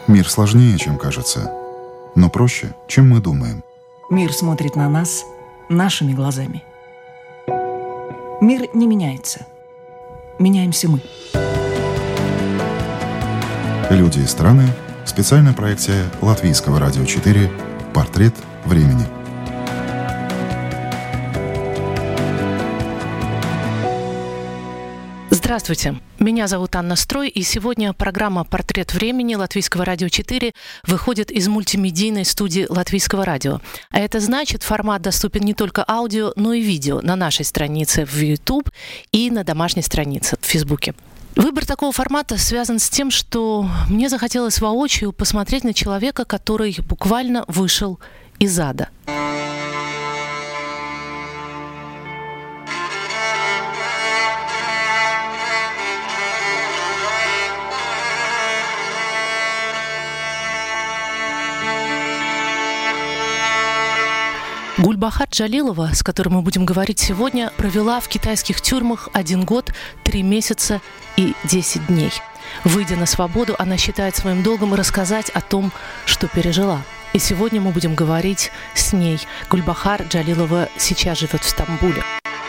Мир сложнее, чем кажется, но проще, чем мы думаем. Мир смотрит на нас нашими глазами. Мир не меняется. Меняемся мы. Люди и страны. Специальная проекция Латвийского радио 4 «Портрет времени». Здравствуйте, меня зовут Анна Строй, и сегодня программа «Портрет времени» Латвийского радио 4 выходит из мультимедийной студии Латвийского радио. А это значит, формат доступен не только аудио, но и видео на нашей странице в YouTube и на домашней странице в Фейсбуке. Выбор такого формата связан с тем, что мне захотелось воочию посмотреть на человека, который буквально вышел из ада. Гульбахар Джалилова, с которой мы будем говорить сегодня, провела в китайских тюрьмах 1 год, 3 месяца и 10 дней. Выйдя на свободу, она считает своим долгом рассказать о том, что пережила. И сегодня мы будем говорить с ней. Гульбахар Джалилова сейчас живет в Стамбуле.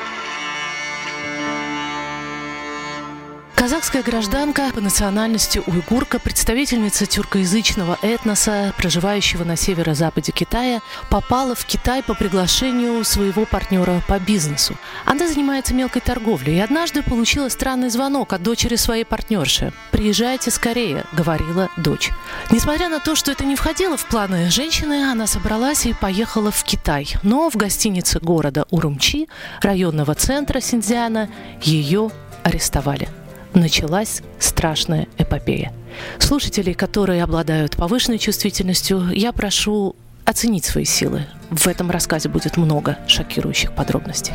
Казахская гражданка, по национальности уйгурка, представительница тюркоязычного этноса, проживающего на северо-западе Китая, попала в Китай по приглашению своего партнера по бизнесу. Она занимается мелкой торговлей и однажды получила странный звонок от дочери своей партнерши. «Приезжайте скорее», — говорила дочь. Несмотря на то, что это не входило в планы женщины, она собралась и поехала в Китай. Но в гостинице города Урумчи, районного центра Синьцзяна, ее арестовали. Началась страшная эпопея. Слушателей, которые обладают повышенной чувствительностью, я прошу оценить свои силы. В этом рассказе будет много шокирующих подробностей.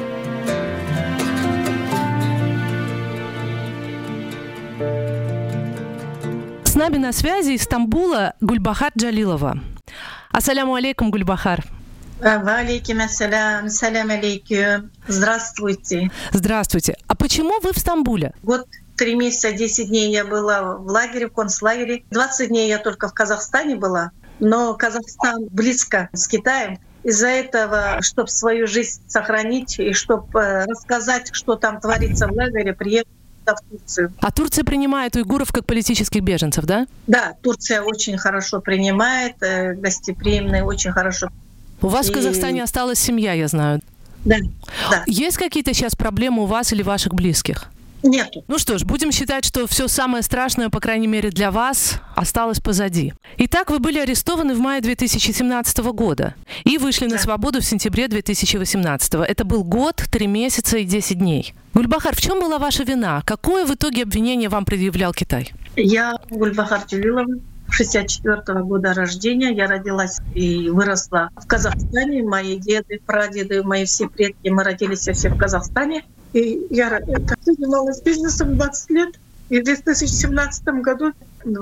С нами на связи из Стамбула Гульбахар Джалилова. Ассаляму алейкум, Гульбахар. Валейкум ассалям, салям алейкум. Здравствуйте. Здравствуйте. А почему вы в Стамбуле? Год, 3 месяца, 10 дней я была в лагере, в концлагере. 20 дней я только в Казахстане была. Но Казахстан близко с Китаем. Из-за этого, чтобы свою жизнь сохранить и чтобы рассказать, что там творится в лагере, приехала в Турцию. А Турция принимает уйгуров как политических беженцев, да? Да, Турция очень хорошо принимает, гостеприимная, очень хорошо. У вас в Казахстане осталась семья, я знаю. Да. Есть какие-то сейчас проблемы у вас или ваших близких? Нету. Ну что ж, будем считать, что все самое страшное, по крайней мере для вас, осталось позади. Итак, вы были арестованы в мае 2017 года и вышли на свободу в сентябре 2018. Это был год, 3 месяца и 10 дней. Гульбахар, в чем была ваша вина? Какое в итоге обвинение вам предъявлял Китай? Я Гульбахар Джалилова. 64-го года рождения. Я родилась и выросла в Казахстане. Мои деды, прадеды, мои все предки, мы родились все в Казахстане. И я занималась бизнесом 20 лет. И в 2017 году,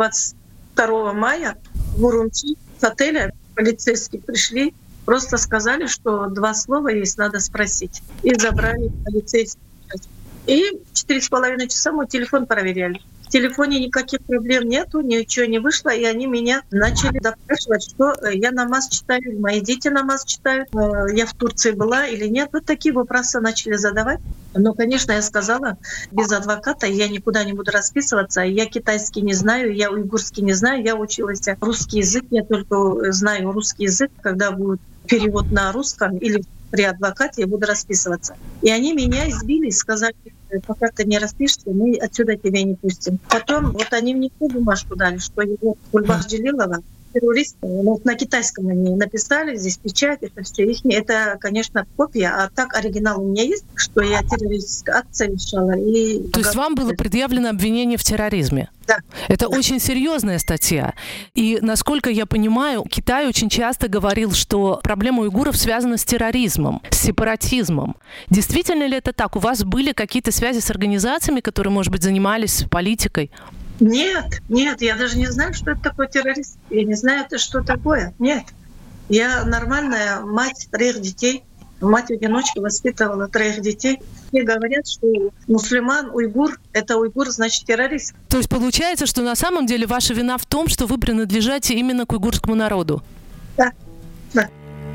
22 мая, в Урумчи с отеля полицейские пришли, просто сказали, что 2 слова есть, надо спросить. И забрали полицейские. И 4,5 часа мой телефон проверяли. В телефоне никаких проблем нету, ничего не вышло, и они меня начали допрашивать, что я намаз читаю, мои дети намаз читают, я в Турции была или нет. Вот такие вопросы начали задавать. Но, конечно, я сказала, без адвоката я никуда не буду расписываться. Я китайский не знаю, я уйгурский не знаю, я училась русский язык, я только знаю русский язык, когда будет перевод на русском или при адвокате я буду расписываться. И они меня избили и сказали, пока ты не распишешься, мы отсюда тебя не пустим. Потом вот они мне бумажку дали, что его Гульбахар Джалилова террорист. На китайском они написали, здесь печать, это все их. Это, конечно, копия, а так оригинал у меня есть, что я террористический акт совершала. То есть вам было предъявлено обвинение в терроризме? Да. Это очень серьезная статья. И, насколько я понимаю, Китай очень часто говорил, что проблема уйгуров связана с терроризмом, с сепаратизмом. Действительно ли это так? У вас были какие-то связи с организациями, которые, может быть, занимались политикой? Нет, я даже не знаю, что это такое террорист. Я не знаю, это что такое. Нет. Я нормальная мать 3 детей. Мать-одиночка воспитывала 3 детей. Все говорят, что мусульман, уйгур — это уйгур, значит террорист. То есть получается, что на самом деле ваша вина в том, что вы принадлежите именно к уйгурскому народу? Да, да.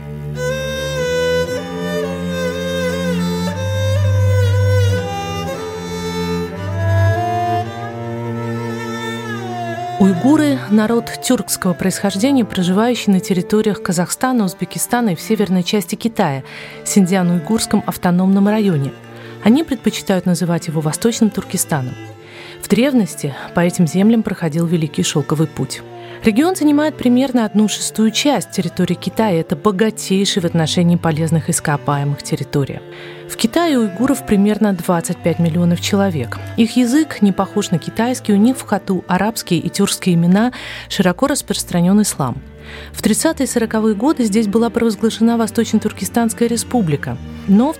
Уйгуры – народ тюркского происхождения, проживающий на территориях Казахстана, Узбекистана и в северной части Китая, Синьцзян-Уйгурском автономном районе. Они предпочитают называть его Восточным Туркестаном. В древности по этим землям проходил Великий Шелковый путь. Регион занимает примерно 1/6 часть территории Китая. Это богатейшая в отношении полезных ископаемых территория. В Китае уйгуров примерно 25 миллионов человек. Их язык не похож на китайский, у них в ходу арабские и тюркские имена, широко распространен ислам. В 30-е и 40-е годы здесь была провозглашена Восточно-Туркестанская республика. Но в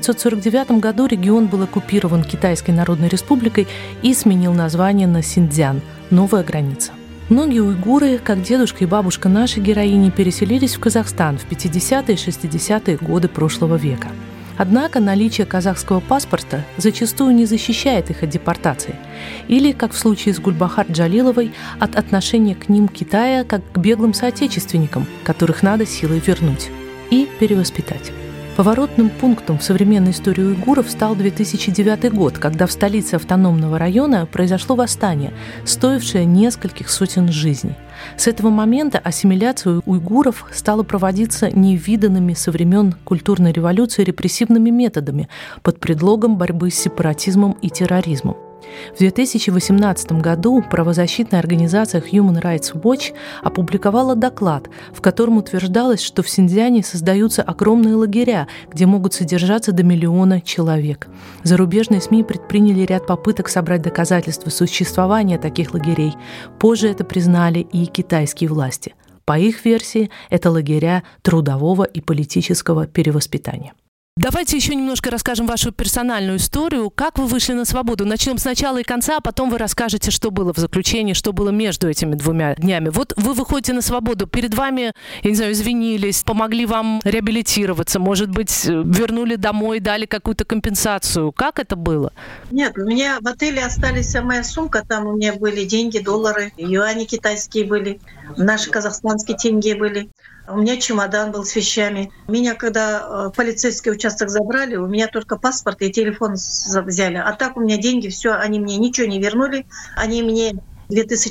1949 году регион был оккупирован Китайской Народной Республикой и сменил название на Синьцзян – новая граница. Многие уйгуры, как дедушка и бабушка нашей героини, переселились в Казахстан в 50-е и 60-е годы прошлого века. Однако наличие казахского паспорта зачастую не защищает их от депортации. Или, как в случае с Гульбахар Джалиловой, от отношения к ним Китая как к беглым соотечественникам, которых надо силой вернуть и перевоспитать. Поворотным пунктом в современной истории уйгуров стал 2009 год, когда в столице автономного района произошло восстание, стоившее нескольких сотен жизней. С этого момента ассимиляция уйгуров стала проводиться невиданными со времен культурной революции репрессивными методами под предлогом борьбы с сепаратизмом и терроризмом. В 2018 году правозащитная организация Human Rights Watch опубликовала доклад, в котором утверждалось, что в Синьцзяне создаются огромные лагеря, где могут содержаться до 1 миллиона человек. Зарубежные СМИ предприняли ряд попыток собрать доказательства существования таких лагерей. Позже это признали и китайские власти. По их версии, это лагеря трудового и политического перевоспитания. Давайте еще немножко расскажем вашу персональную историю. Как вы вышли на свободу? Начнем с начала и конца, а потом вы расскажете, что было в заключении, что было между этими 2 днями. Вот вы выходите на свободу, перед вами, я не знаю, извинились, помогли вам реабилитироваться, может быть, вернули домой, дали какую-то компенсацию. Как это было? Нет, у меня в отеле остались моя сумка, там у меня были деньги, доллары, юани китайские были, наши казахстанские тенге были. У меня чемодан был с вещами. Меня, когда полицейский участок забрали, у меня только паспорт и телефон взяли. А так у меня деньги, все, они мне ничего не вернули. Они мне в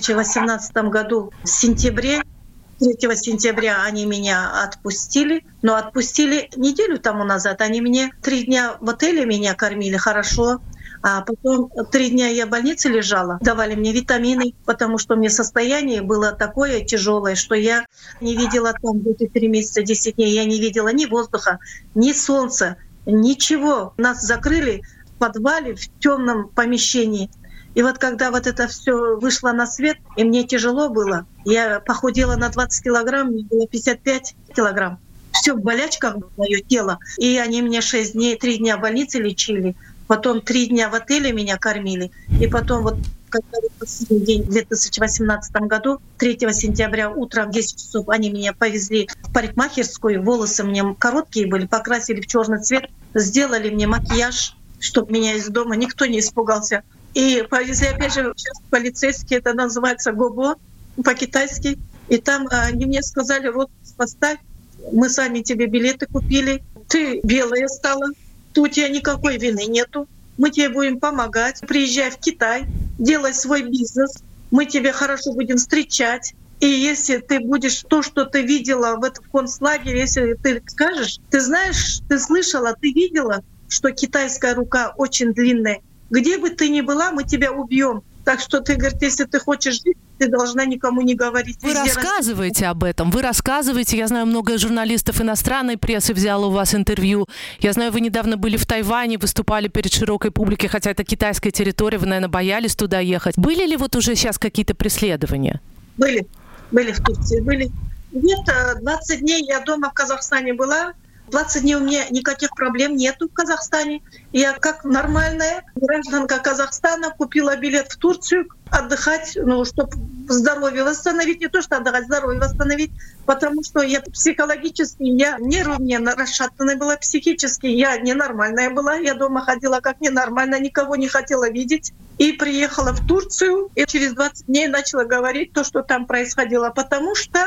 2018 году в сентябре, 3 сентября они меня отпустили. Но отпустили неделю тому назад. Они мне 3 дня в отеле меня кормили хорошо. А потом 3 дня я в больнице лежала, давали мне витамины, потому что мне состояние было такое тяжелое, что я не видела там эти 3 месяца, 10 дней, я не видела ни воздуха, ни солнца, ничего. Нас закрыли в подвале, в темном помещении. И вот когда вот это все вышло на свет, и мне тяжело было, я похудела на 20 килограмм, мне было 55 килограмм. Все в болячках мое тело. И они мне 6 дней, 3 дня в больнице лечили. Потом 3 дня в отеле меня кормили. И потом вот когда последний день в 2018 году, 3 сентября утром в 10 часов они меня повезли в парикмахерскую. Волосы мне короткие были, покрасили в черный цвет, сделали мне макияж, чтобы меня из дома никто не испугался. И повезли опять же сейчас полицейские, это называется ГОБО по-китайски. И там они мне сказали: роспись поставь, мы сами тебе билеты купили, ты белая стала. У тебя никакой вины нету, мы тебе будем помогать, приезжай в Китай, делай свой бизнес, мы тебя хорошо будем встречать. И если ты будешь то, что ты видела в этом концлагере, если ты скажешь, ты знаешь, ты слышала, ты видела, что китайская рука очень длинная, где бы ты ни была, мы тебя убьем. Так что ты, говорит, если ты хочешь жить, ты должна никому не говорить. Вы рассказываете об этом, вы рассказываете. Я знаю, много журналистов иностранной прессы взяло у вас интервью. Я знаю, вы недавно были в Тайване, выступали перед широкой публикой, хотя это китайская территория, вы, наверное, боялись туда ехать. Были ли вот уже сейчас какие-то преследования? Были в Турции, были. Где-то 20 дней я дома в Казахстане была. 20 дней у меня никаких проблем нету в Казахстане. Я как нормальная гражданка Казахстана купила билет в Турцию отдыхать, чтобы здоровье восстановить, не то что отдыхать, здоровье восстановить, потому что я психологически, я нервно расшатанная была, психически я ненормальная была, я дома ходила как ненормальная, никого не хотела видеть. И приехала в Турцию, и через 20 дней начала говорить то, что там происходило, потому что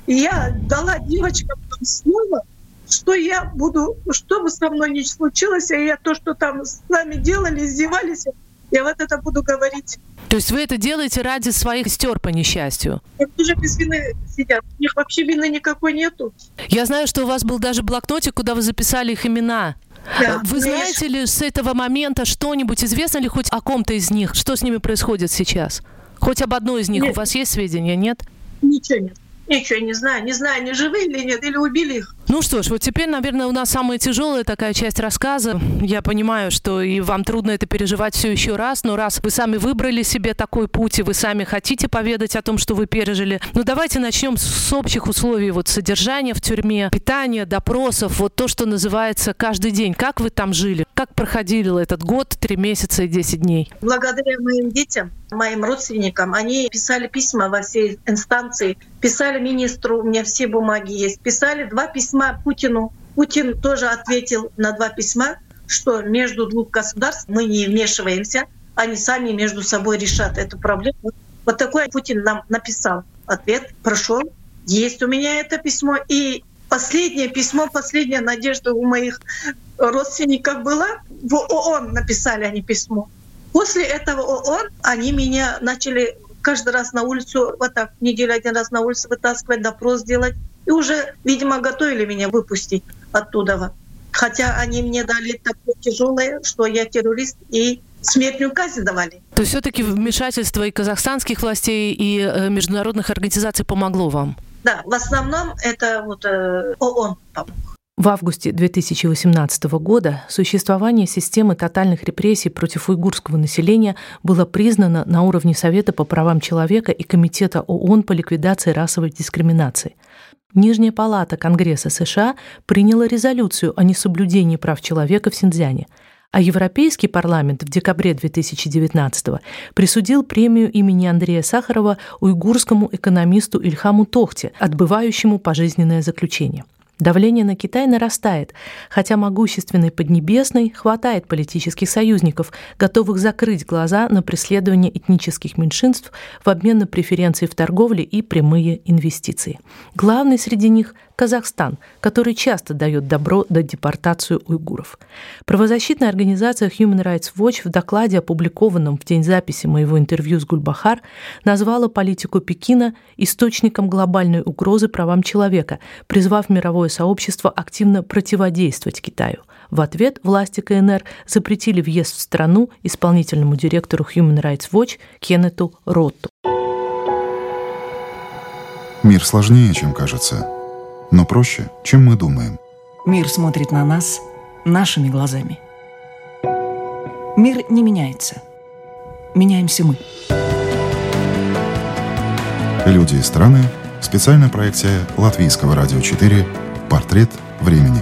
я дала девочкам слово, что я буду, что бы со мной ни случилось, и я то, что там с нами делали, издевались, я вот это буду говорить. То есть вы это делаете ради своих сестер по несчастью? Они уже без вины сидят. У них вообще вины никакой нету. Я знаю, что у вас был даже блокнотик, куда вы записали их имена. Да, вы знаете ли с этого момента что-нибудь? Известно ли хоть о ком-то из них? Что с ними происходит сейчас? Хоть об одной из них нет. У вас есть сведения, нет? Ничего нет. Ничего не знаю. Не знаю, они живы или нет, или убили их. Ну что ж, вот теперь, наверное, у нас самая тяжелая такая часть рассказа. Я понимаю, что и вам трудно это переживать все еще раз, но раз вы сами выбрали себе такой путь, и вы сами хотите поведать о том, что вы пережили, ну давайте начнем с общих условий вот содержания в тюрьме, питания, допросов, вот то, что называется каждый день. Как вы там жили? Как проходил этот год, 3 месяца и 10 дней? Благодаря моим детям, моим родственникам, они писали письма во все инстанции, писали министру, у меня все бумаги есть, писали 2 письма Путину. Путин тоже ответил на 2 письма, что между 2 государств мы не вмешиваемся, они сами между собой решат эту проблему. Вот такой Путин нам написал. Ответ прошел. Есть у меня это письмо. И последнее письмо, последняя надежда у моих родственников была. В ООН написали они письмо. После этого ООН они меня начали каждый раз на улицу, вот так, в неделю 1 раз на улицу вытаскивать, допрос делать. И уже, видимо, готовили меня выпустить оттуда. Хотя они мне дали такое тяжелое, что я террорист, и смертную казнь давали. То есть все-таки вмешательство и казахстанских властей, и международных организаций помогло вам? Да, в основном это вот ООН помог. В августе 2018 года существование системы тотальных репрессий против уйгурского населения было признано на уровне Совета по правам человека и Комитета ООН по ликвидации расовой дискриминации. Нижняя палата Конгресса США приняла резолюцию о несоблюдении прав человека в Синьцзяне, а Европейский парламент в декабре 2019 присудил премию имени Андрея Сахарова уйгурскому экономисту Ильхаму Тохте, отбывающему пожизненное заключение. Давление на Китай нарастает, хотя могущественной Поднебесной хватает политических союзников, готовых закрыть глаза на преследование этнических меньшинств в обмен на преференции в торговле и прямые инвестиции. Главный среди них – Казахстан, который часто дает добро на депортацию уйгуров. Правозащитная организация Human Rights Watch в докладе, опубликованном в день записи моего интервью с Гульбахар, назвала политику Пекина источником глобальной угрозы правам человека, призвав мировое сообщество активно противодействовать Китаю. В ответ власти КНР запретили въезд в страну исполнительному директору Human Rights Watch Кеннету Ротту. Мир сложнее, чем кажется, но проще, чем мы думаем. Мир смотрит на нас нашими глазами. Мир не меняется. Меняемся мы. Люди и страны. Специальная проекция Латвийского радио 4 «Портрет времени».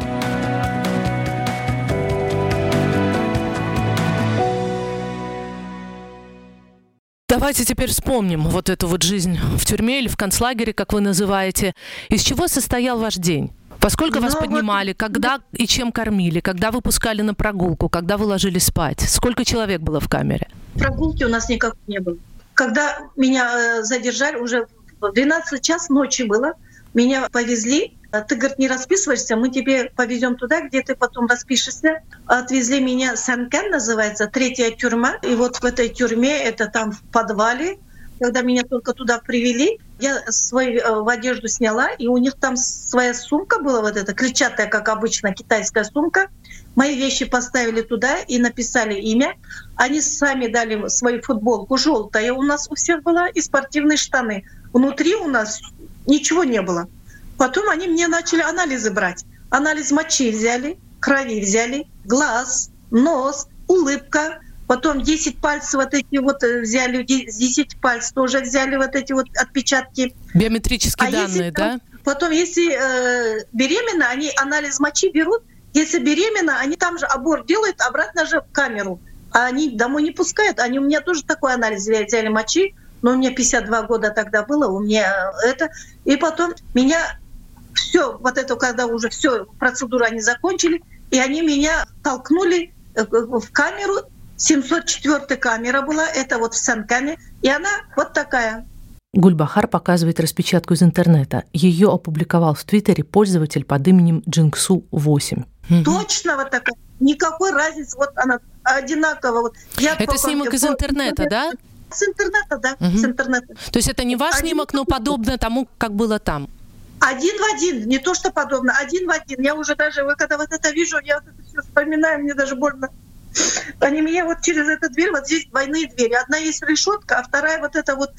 Давайте теперь вспомним вот эту вот жизнь в тюрьме или в концлагере, как вы называете. Из чего состоял ваш день? Во сколько вас поднимали, когда и чем кормили, когда выпускали на прогулку, когда вы ложились спать? Сколько человек было в камере? Прогулки у нас никак не было. Когда меня задержали, уже в 12 час ночи было, меня повезли. Ты, говорит, не расписываешься, мы тебе повезем туда, где ты потом распишешься. Отвезли меня, Сянкэн называется, 3-я тюрьма. И вот в этой тюрьме, это там в подвале, когда меня только туда привели, я свою одежду сняла, и у них там своя сумка была, вот эта клетчатая, как обычно, китайская сумка. Мои вещи поставили туда и написали имя. Они сами дали свою футболку, желтая у нас у всех была, и спортивные штаны. Внутри у нас ничего не было. Потом они мне начали анализы брать. Анализ мочи взяли, крови взяли, глаз, нос, улыбка. Потом 10 пальцев вот эти вот взяли, 10 пальцев тоже взяли вот эти вот отпечатки. Биометрические данные, да? Потом, если беременна, они анализ мочи берут. Если беременна, они там же аборт делают, обратно же в камеру. А они домой не пускают. Они у меня тоже такой анализ взяли мочи, Но мне 52 года тогда было, у меня это. И потом меня все, вот это, когда уже все, процедуру они закончили, и они меня толкнули в камеру. 704 камера была, это вот в Санкане, и она вот такая. Гульбахар показывает распечатку из интернета. Ее опубликовал в Твиттере пользователь под именем Джинксу8. Точно вот такая. Никакой разницы. Вот она одинаково. Вот. Это снимок из интернета, да? С интернета, да. С интернета. То есть это не ваш снимок, но подобно тому, как было там? Один в один. Не то, что подобно. Один в один. Я уже даже, когда вот это вижу, я вот это все вспоминаю, мне даже больно. Они меня вот через эту дверь, вот здесь двойные двери. Одна есть решетка, а вторая вот это вот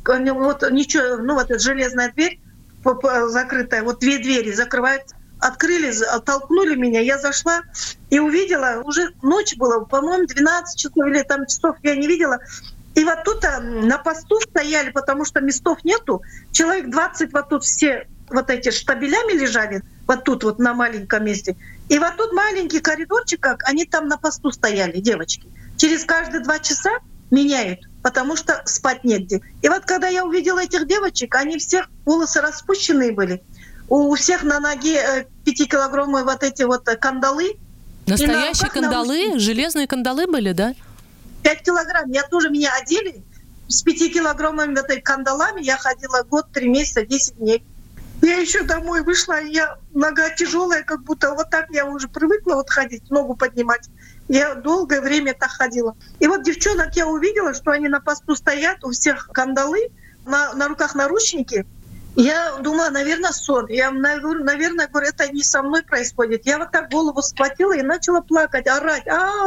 ничего, вот эта железная дверь закрытая, вот две двери закрываются. Открыли, толкнули меня, я зашла и увидела, уже ночь была, по-моему, 12 часов или там часов я не видела. И вот тут на посту стояли, потому что местов нету. Человек 20 вот тут все вот эти штабелями лежали, вот тут вот на маленьком месте. И вот тут маленький коридорчик, как они там на посту стояли, девочки. Через каждые 2 часа меняют, потому что спать негде. И вот когда я увидела этих девочек, они всех волосы распущенные были. У всех на ноге 5-килограммовые вот эти вот кандалы. Настоящие кандалы? Железные кандалы были, да? 5 килограмм. Меня одели с 5 килограммами вот этими кандалами. Я ходила год, 3 месяца, 10 дней. Я еще домой вышла, нога тяжелая, как будто вот так я уже привыкла вот ходить, ногу поднимать. Я долгое время так ходила. И вот девчонок я увидела, что они на посту стоят, у всех кандалы, на руках наручники. Я думала, наверное, сон. Я, наверное, говорю, это не со мной происходит. Я вот так голову схватила и начала плакать, орать.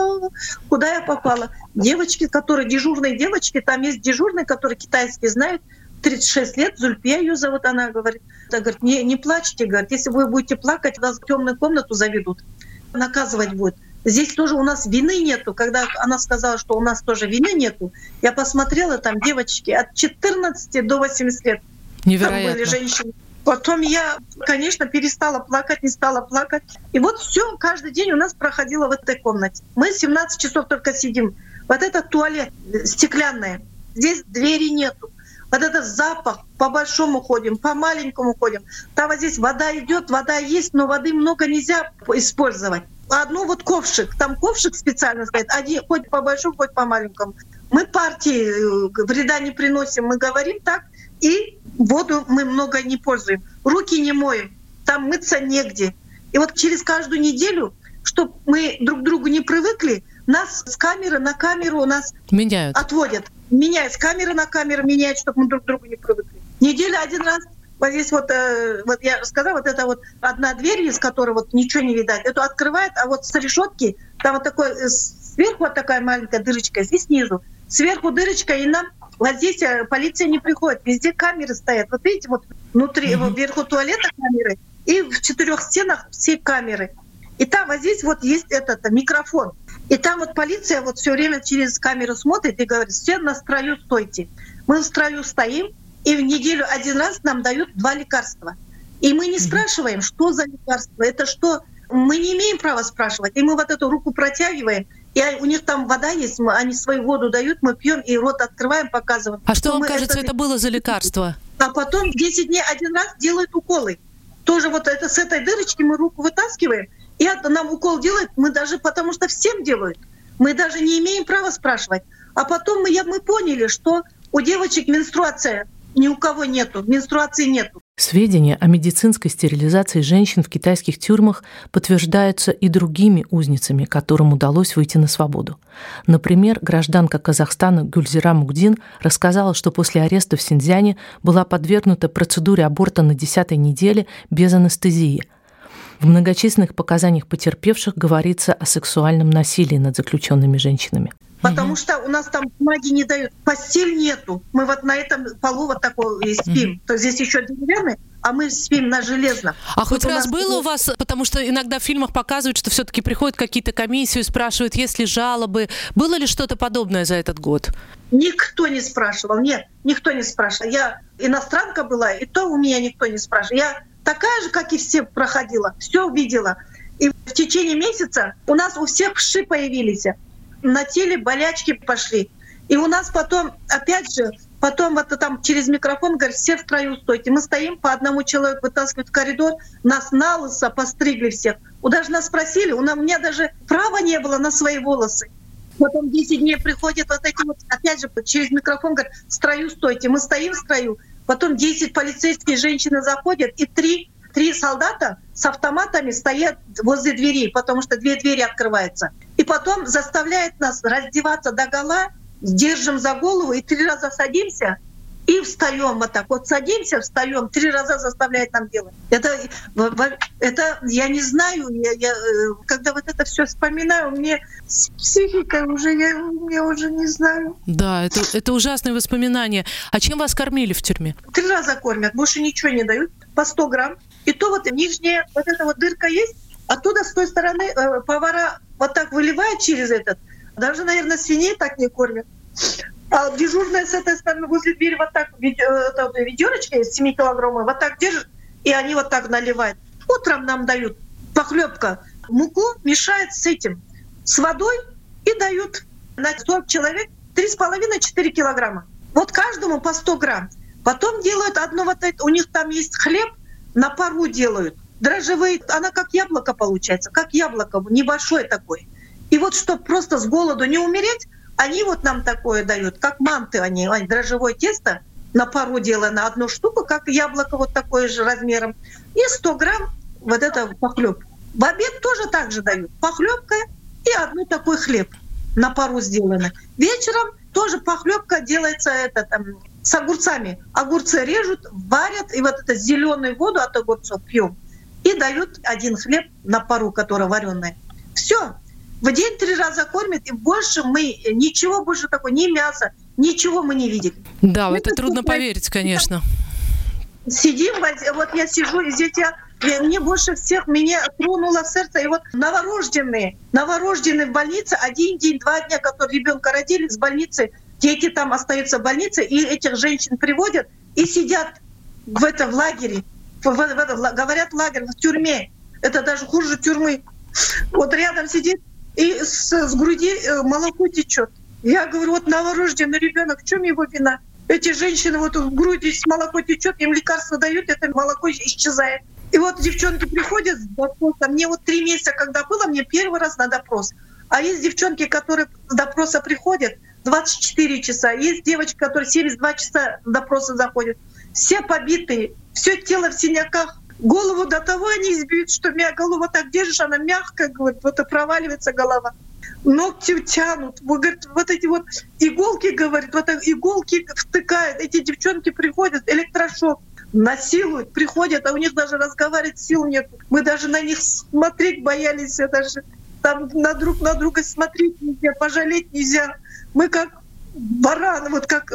Куда я попала? Девочки, дежурные девочки, там есть дежурные, которые китайские знают, 36 лет, Зульпия ее зовут, она говорит. Она говорит, не плачьте, говорит, если вы будете плакать, вас в темную комнату заведут, наказывать будут. Здесь тоже у нас вины нету. Когда она сказала, что у нас тоже вины нету, я посмотрела, там девочки от 14 до 80 лет. Невероятно. Там были женщины. Потом я, конечно, перестала плакать, не стала плакать. И вот все каждый день у нас проходило в этой комнате. Мы 17 часов только сидим. Вот этот туалет стеклянный, здесь двери нету. Вот этот запах, по большому ходим, по маленькому ходим. Там вот здесь вода идет, вода есть, но воды много нельзя использовать. Одну вот ковшик, там ковшик специально стоит, один, хоть по большому, хоть по маленькому. Мы партии вреда не приносим, мы говорим так, и воду мы много не пользуем. Руки не моем, там мыться негде. И вот через каждую неделю, чтобы мы друг к другу не привыкли, нас с камеры на камеру нас меняют. Отводят. Меняют с камеры на камеру, меняют, чтобы мы друг к другу не привыкли. Неделю один раз. Вот здесь вот я сказала, вот это вот одна дверь, из которой вот ничего не видать, эту открывает, а вот с решетки там вот такой, сверху вот такая маленькая дырочка, здесь снизу. Сверху дырочка, и нам вот здесь полиция не приходит, везде камеры стоят. Вот видите, вот внутри, вверху туалета камеры, и в 4 стенах все камеры. И там вот здесь вот есть этот микрофон. И там вот полиция вот все время через камеру смотрит и говорит, все на строю стойте. Мы в строю стоим, и в неделю один раз нам дают 2 лекарства. И мы не спрашиваем, что за лекарство, это что. Мы не имеем права спрашивать. И мы вот эту руку протягиваем, и у них там вода есть, они свою воду дают, мы пьем и рот открываем, показываем. А что вам кажется, это было за лекарство? А потом 10 дней один раз делают уколы. Тоже вот это с этой дырочки мы руку вытаскиваем, и это нам укол делают, мы даже, потому что всем делают, мы даже не имеем права спрашивать. А потом мы поняли, что у девочек менструация ни у кого нету, менструации нету. Сведения о медицинской стерилизации женщин в китайских тюрьмах подтверждаются и другими узницами, которым удалось выйти на свободу. Например, гражданка Казахстана Гюльзира Мукдин рассказала, что после ареста в Синьцзяне была подвергнута процедуре аборта на 10-й неделе без анестезии. В многочисленных показаниях потерпевших говорится о сексуальном насилии над заключенными женщинами. Потому что у нас там бумаги не дают, постель нету. Мы вот на этом полу вот такой спим. То есть здесь еще деревянный, а мы спим на железном. А хоть раз было у вас, потому что иногда в фильмах показывают, что все-таки приходят какие-то комиссии, спрашивают, есть ли жалобы. Было ли что-то подобное за этот год? Никто не спрашивал. Нет, никто не спрашивал. Я иностранка была, и то у меня никто не спрашивал. Я такая же, как и все, проходила, все видела. И в течение месяца у нас у всех вши появились. На теле болячки пошли. И у нас потом, опять же, Потом вот там через микрофон говорят, все в строю стойте. Мы стоим, по одному человеку вытаскивают в коридор, нас налысо постригли всех. Даже нас спросили, у меня даже права не было на свои волосы. Потом 10 дней приходят вот эти вот, опять же, через микрофон говорят, в строю стойте. Мы стоим в строю. Потом 10 полицейских женщин заходят, и 3 солдата с автоматами стоят возле двери, потому что 2 двери открываются. И потом заставляют нас раздеваться догола, держим за голову и 3 раза садимся и встаем вот так. Вот садимся, встаем, 3 раза заставляет нам делать. Это я не знаю, я когда вот это все вспоминаю, мне с психикой уже, я уже не знаю. Да, это ужасные воспоминания. А чем вас кормили в тюрьме? 3 раза кормят, больше ничего не дают, по 100 грамм. И то вот нижняя вот эта вот дырка есть, оттуда с той стороны повара вот так выливают через этот. Даже, наверное, свиней так не кормят. А дежурная с этой стороны возле двери вот так, ведерочка есть 7 килограммов, вот так держит, и они вот так наливают. Утром нам дают похлебка. Муку мешают с этим, с водой, и дают на 40 человек 3,5-4 килограмма. Вот каждому по 100 грамм. Потом делают одно вот это, у них там есть хлеб, на пару делают. Дрожжевые, она как яблоко получается, как яблоко, небольшое такое. И вот чтобы просто с голоду не умереть, они вот нам такое дают, как манты они дрожжевое тесто на пару делают на одну штуку, как яблоко вот такое же размером, и 100 грамм вот это похлеб. В обед тоже так же дают. Похлебка и одну такой хлеб на пару сделано. Вечером тоже похлебка делается с огурцами. Огурцы режут, варят, и вот эту зеленую воду от огурцов пьем. И дают 1 хлеб на пару, который вареный. Все. В день 3 раза кормят, и больше мы ничего больше такого, ни мяса, ничего мы не видели. Да, это трудно поверить, конечно. Сидим, вот я сижу, и здесь мне больше всех меня тронуло сердце. И вот новорожденные в больнице, 1 день, 2 дня, которые ребенка родили с больницы, дети там остаются в больнице, и этих женщин приводят и сидят в лагере, говорят лагерь, в тюрьме. Это даже хуже тюрьмы. Вот рядом сидит, и с груди молоко течет. Я говорю, вот новорожденный ребенок, в чем его вина? Эти женщины вот в груди молоко течет, им лекарства дают, это молоко исчезает. И вот девчонки приходят с допроса. Мне вот 3 месяца, когда было, мне первый раз на допрос. А есть девчонки, которые с допроса приходят 24 часа. Есть девочки, которые 72 часа с допроса заходят. Все побитые, все тело в синяках. Голову до того они избьют, что голову так держишь, она мягкая, говорит, вот и проваливается голова. Ногти тянут, вот эти вот иголки, говорит, вот иголки втыкают. Эти девчонки приходят, электрошок, насилуют, приходят, а у них даже разговаривать сил нет. Мы даже на них смотреть боялись, даже там друг на друга смотреть нельзя, пожалеть нельзя. Мы как бараны, вот как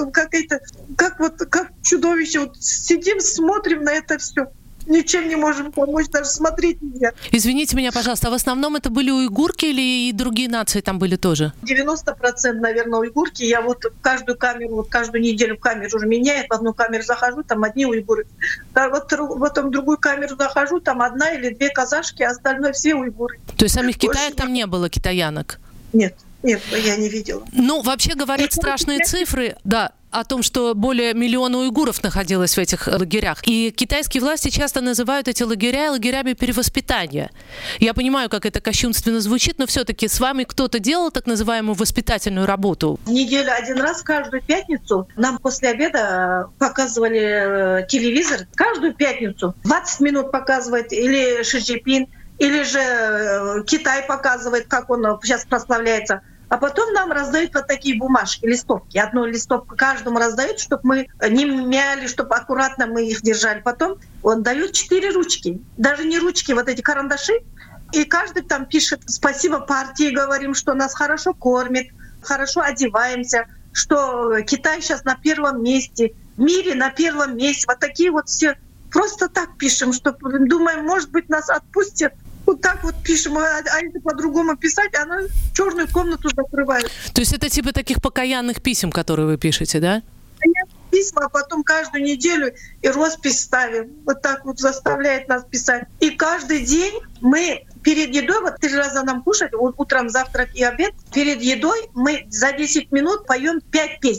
чудовище, вот сидим, смотрим на это все. Ничем не можем помочь, даже смотреть нельзя. Извините меня, пожалуйста, а в основном это были уйгурки или и другие нации там были тоже? 90%, наверное, уйгурки. Я вот каждую неделю камеру уже меняю. В одну камеру захожу, там одни уйгуры. Потом в другую камеру захожу, там 1 или 2 казашки, а остальное все уйгуры. То есть самих китаек там не было, китаянок? Нет, я не видела. Ну, вообще говорят страшные цифры, да, о том, что более 1 миллиона уйгуров находилось в этих лагерях. И китайские власти часто называют эти лагеря лагерями перевоспитания. Я понимаю, как это кощунственно звучит, но все-таки с вами кто-то делал так называемую воспитательную работу? В неделю 1 раз, каждую пятницу, нам после обеда показывали телевизор. Каждую пятницу 20 минут показывает или Ши Цзиньпин, или же Китай показывает, как он сейчас прославляется. А потом нам раздают вот такие бумажки, листовки. 1 листовку каждому раздают, чтобы мы не мяли, чтобы аккуратно мы их держали. Потом он дает 4 ручки. Даже не ручки, вот эти карандаши. И каждый там пишет «Спасибо партии», говорим, что нас хорошо кормит, хорошо одеваемся, что Китай сейчас на 1 месте, в мире на 1 месте. Вот такие вот все. Просто так пишем, что думаем, может быть, нас отпустят. Вот так вот пишем, а если по-другому писать, она черную комнату закрывает. То есть это типа таких покаянных писем, которые вы пишете, да? Письма, а потом каждую неделю и роспись ставим. Вот так вот заставляет нас писать. И каждый день мы перед едой, вот 3 раза нам кушать, утром, завтрак и обед, перед едой мы за 10 минут поем 5 песен.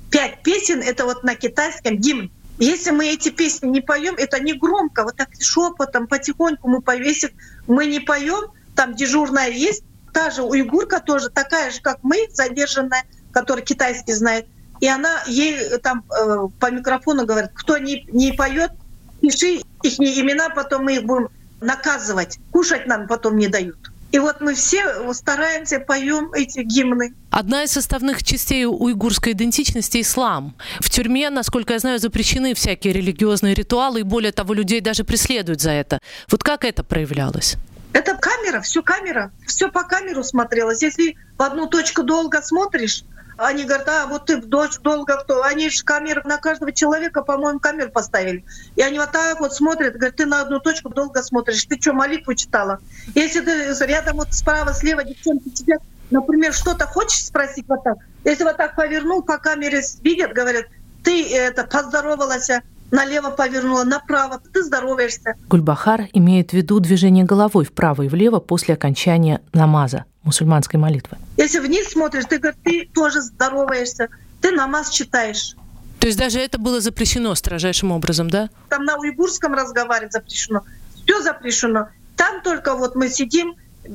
5 песен — это вот на китайском гимн. Если мы эти песни не поем, это не громко, вот так шепотом, потихоньку мы поем. Если мы не поем, там дежурная есть, та же уйгурка тоже, такая же, как мы, задержанная, которая китайский знает. И она ей там по микрофону говорит: кто не поет, пиши их имена, потом мы их будем наказывать. Кушать нам потом не дают. И вот мы все стараемся, поем эти гимны. Одна из составных частей уйгурской идентичности — ислам. В тюрьме, насколько я знаю, запрещены всякие религиозные ритуалы, и более того, людей даже преследуют за это. Вот как это проявлялось? Это камера, все по камеру смотрелось. Если в одну точку долго смотришь, они говорят: вот ты долго кто? Они же камеры на каждого человека, по-моему, камеру поставили. И они вот так вот смотрят, говорят: ты на одну точку долго смотришь. Ты что, молитву читала? Если ты рядом вот справа, слева девчонки тебя, например, что-то хочешь спросить вот так. Если вот так повернул, по камере видят, говорят: ты поздоровалась, налево повернула, направо, ты здороваешься. Гульбахар имеет в виду движение головой вправо и влево после окончания намаза, мусульманской молитвы. Если вниз смотришь, ты говоришь, ты тоже здороваешься, ты намаз читаешь. То есть даже это было запрещено строжайшим образом, да? Там на уйгурском разговаривать запрещено. Все запрещено. Там только вот мы сидим,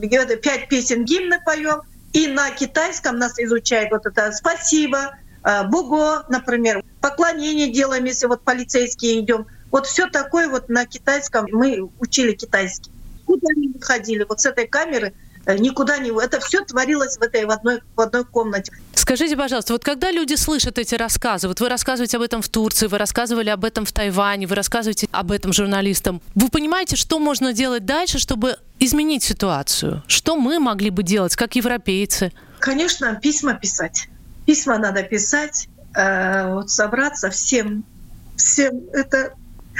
5 песен гимны поем, и на китайском нас изучают вот это «спасибо», «буго», например, поклонение делаем, если вот полицейские идем. Вот все такое вот на китайском мы учили китайский. Куда не выходили, вот с этой камеры никуда не... Это все творилось в одной комнате. Скажите, пожалуйста, вот когда люди слышат эти рассказы, вот вы рассказываете об этом в Турции, вы рассказывали об этом в Тайване, вы рассказываете об этом журналистам, вы понимаете, что можно делать дальше, чтобы изменить ситуацию? Что мы могли бы делать, как европейцы? Конечно, письма писать. Письма надо писать, вот собраться всем это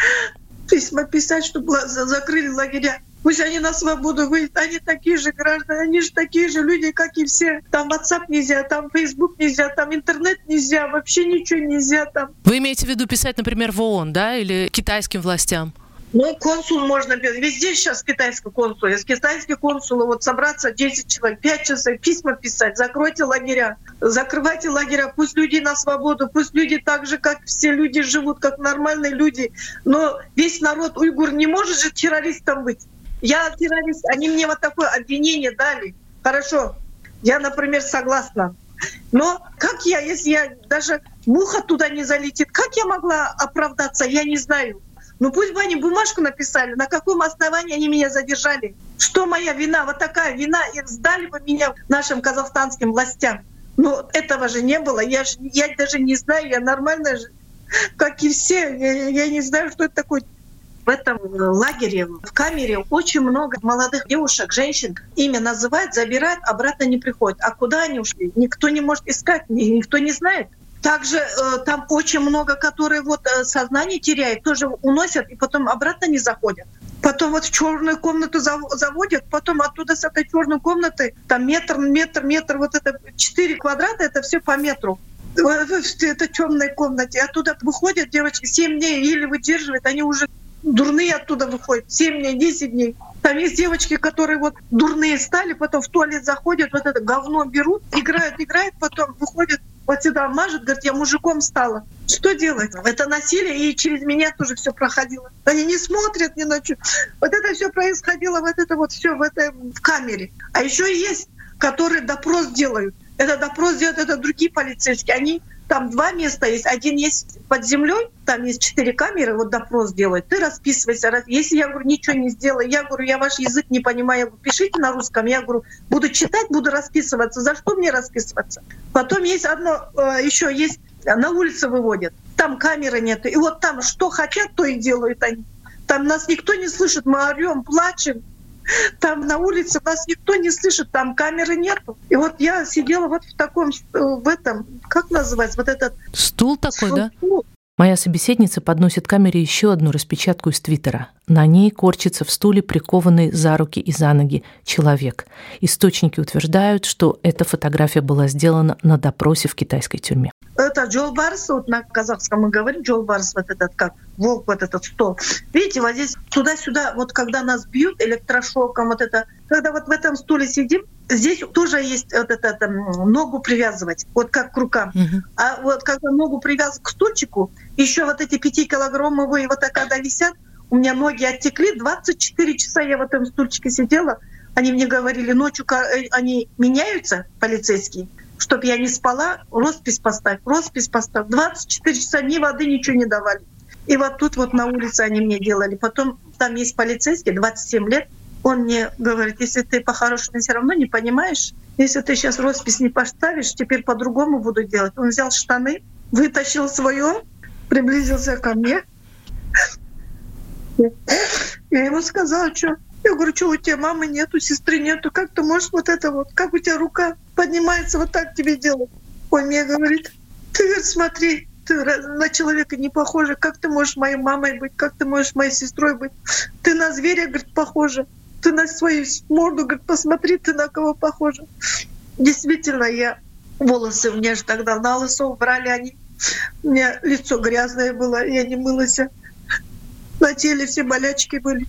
письма писать, чтобы закрыли лагеря. Пусть они на свободу выйдут, они такие же граждане, они же такие же люди, как и все. Там WhatsApp нельзя, там Facebook нельзя, там интернет нельзя, вообще ничего нельзя там. Вы имеете в виду писать, например, в ООН, да, или китайским властям? Ну, консул можно писать. Везде сейчас китайский консул. Если китайский консул, вот собраться 10 человек, 5 часов, письма писать, закройте лагеря, закрывайте лагеря, пусть люди на свободу, пусть люди так же, как все люди живут, как нормальные люди. Но весь народ уйгур не может же террористом быть. Я террорист, они мне вот такое обвинение дали. Хорошо, я, например, согласна. Но как если я даже муха туда не залетит, как я могла оправдаться, я не знаю. Ну пусть бы они бумажку написали, на каком основании они меня задержали. Что моя вина? Вот такая вина. И сдали бы меня нашим казахстанским властям. Но этого же не было. Я даже не знаю, я нормальная же, как и все. Я не знаю, что это такое. В этом лагере, в камере очень много молодых девушек, женщин. Имя называют, забирают, обратно не приходят. А куда они ушли? Никто не может искать, никто не знает. Также там очень много, которые вот сознание теряют, тоже уносят и потом обратно не заходят. Потом вот в черную комнату заводят, потом оттуда с этой черной комнаты там метр, вот это 4 квадрата, это все по метру. В этой темной комнате. Оттуда выходят девочки 7 дней, еле выдерживают, они уже дурные оттуда выходят, 7 дней, 10 дней. Там есть девочки, которые вот дурные стали, потом в туалет заходят, вот это говно берут, играют, потом выходят, вот сюда мажут, говорят, я мужиком стала. Что делать? Это насилие, и через меня тоже все проходило. Они не смотрят ни на что. Вот это все происходило, вот это вот все в камере. А еще есть, которые допрос делают. Это допрос делают, это другие полицейские. Они там 2 места есть. Один есть под землей, там есть 4 камеры, вот допрос делают. Ты расписывайся. Если я говорю, ничего не сделаю, я говорю, я ваш язык не понимаю, я говорю, пишите на русском. Я говорю, буду читать, буду расписываться. За что мне расписываться? Потом есть одно, еще есть, на улице выводят. Там камеры нет. И вот там что хотят, то и делают они. Там нас никто не слышит, мы орем, плачем. Там на улице нас никто не слышит, там камеры нету. И вот я сидела вот в таком, в этом, как называется, вот этот... Стул такой, да? Моя собеседница подносит камере еще одну распечатку из Твиттера. На ней корчится в стуле прикованный за руки и за ноги человек. Источники утверждают, что эта фотография была сделана на допросе в китайской тюрьме. Это жолбарс, вот на казахском мы говорим, жолбарс, вот этот как волк, вот этот стол. Видите, вот здесь туда-сюда, вот когда нас бьют электрошоком, вот это, когда вот в этом стуле сидим, здесь тоже есть вот это ногу привязывать, вот как к рукам. А вот когда ногу привязывать к стульчику, еще вот эти 5-килограммовые вот так когда висят, у меня ноги оттекли, 24 часа я в этом стульчике сидела. Они мне говорили, ночью они меняются, полицейские, чтобы я не спала, роспись поставь. 24 часа ни воды, ничего не давали. И вот тут вот на улице они мне делали. Потом там есть полицейский, 27 лет. Он мне говорит, если ты по-хорошему все равно не понимаешь, если ты сейчас роспись не поставишь, теперь по-другому буду делать. Он взял штаны, вытащил свое, приблизился ко мне. Я ему сказала, что... Я говорю, что у тебя мамы нету, сестры нету, как ты можешь вот это вот, как у тебя рука поднимается, вот так тебе делать? Он мне говорит, ты, говорит, смотри, ты на человека не похожа, как ты можешь моей мамой быть, как ты можешь моей сестрой быть? Ты на зверя, говорит, похожа, ты на свою морду, говорит, посмотри, ты на кого похожа. Действительно, волосы у меня же тогда на лысо убрали они, у меня лицо грязное было, я не мылась, на теле все болячки были.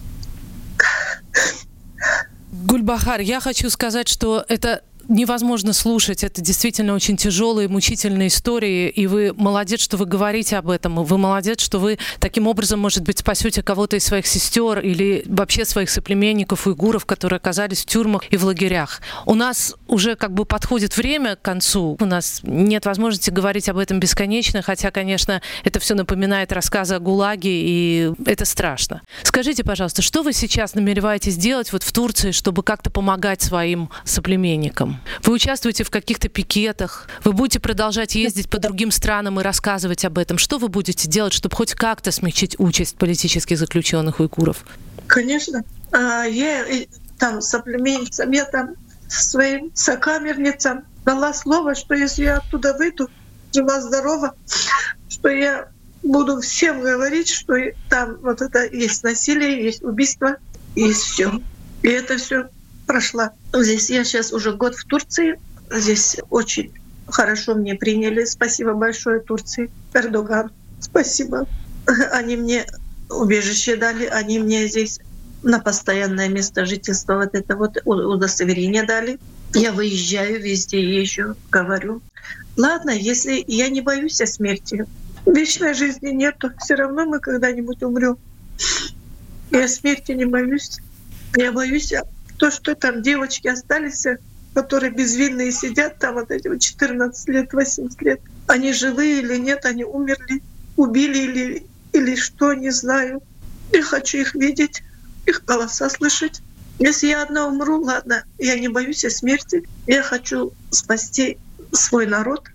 Гульбахар, я хочу сказать, что это невозможно слушать. Это действительно очень тяжелые, мучительные истории. И вы молодец, что вы говорите об этом. Вы молодец, что вы таким образом, может быть, спасете кого-то из своих сестер или вообще своих соплеменников, уйгуров, которые оказались в тюрьмах и в лагерях. У нас уже как бы подходит время к концу. У нас нет возможности говорить об этом бесконечно, хотя, конечно, это все напоминает рассказы о ГУЛАГе, и это страшно. Скажите, пожалуйста, что вы сейчас намереваетесь делать вот в Турции, чтобы как-то помогать своим соплеменникам? Вы участвуете в каких-то пикетах, вы будете продолжать ездить по другим странам и рассказывать об этом. Что вы будете делать, чтобы хоть как-то смягчить участь политических заключенных уйгуров? Конечно. Я там соплеменницам, я там своим сокамерницам дала слово, что если я оттуда выйду, жива-здорова, что я буду всем говорить, что там вот это есть насилие, есть убийство, есть все. И это все прошла. Здесь я сейчас уже год в Турции. Здесь очень хорошо мне приняли. Спасибо большое Турции. Эрдоган, спасибо. Они мне убежище дали, они мне здесь на постоянное место жительства вот это вот удостоверение дали. Я выезжаю везде, езжу, говорю. Ладно, если я не боюсь смерти, вечной жизни нету, все равно мы когда-нибудь умрем. Я смерти не боюсь. Я боюсь то, что там девочки остались, которые безвинные сидят, там вот эти вот 14 лет, 80 лет. Они живые или нет, они умерли, убили или что, не знаю. Я хочу их видеть, их голоса слышать. Если я одна умру, ладно, я не боюсь смерти. Я хочу спасти свой народ.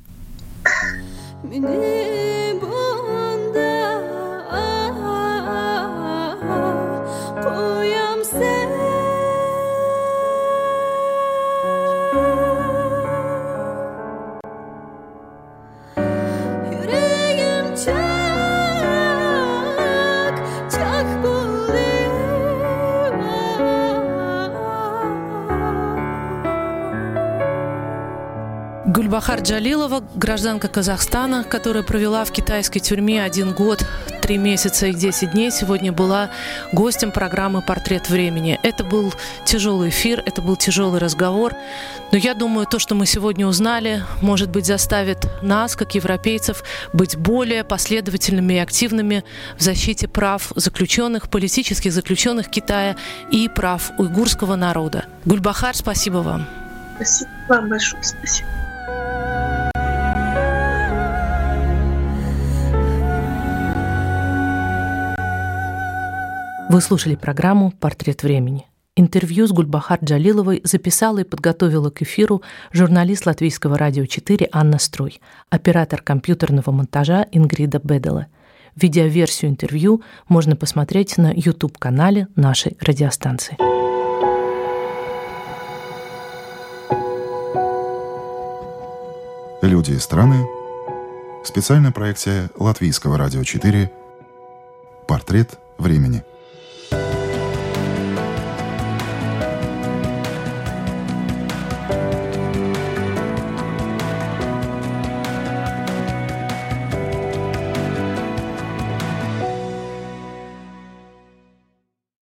Гульбахар Джалилова, гражданка Казахстана, которая провела в китайской тюрьме 1 год, 3 месяца и 10 дней, сегодня была гостем программы «Портрет времени». Это был тяжелый эфир, это был тяжелый разговор. Но я думаю, то, что мы сегодня узнали, может быть, заставит нас, как европейцев, быть более последовательными и активными в защите прав заключенных, политических заключенных Китая и прав уйгурского народа. Гульбахар, спасибо вам. Спасибо вам большое. Спасибо. Вы слушали программу «Портрет времени». Интервью с Гульбахар Джалиловой записала и подготовила к эфиру журналист Латвийского радио 4 Анна Строй, оператор компьютерного монтажа Ингрида Бедела. Видеоверсию интервью можно посмотреть на YouTube-канале нашей радиостанции. «Люди и страны». Специальная проекция Латвийского радио 4 «Портрет времени».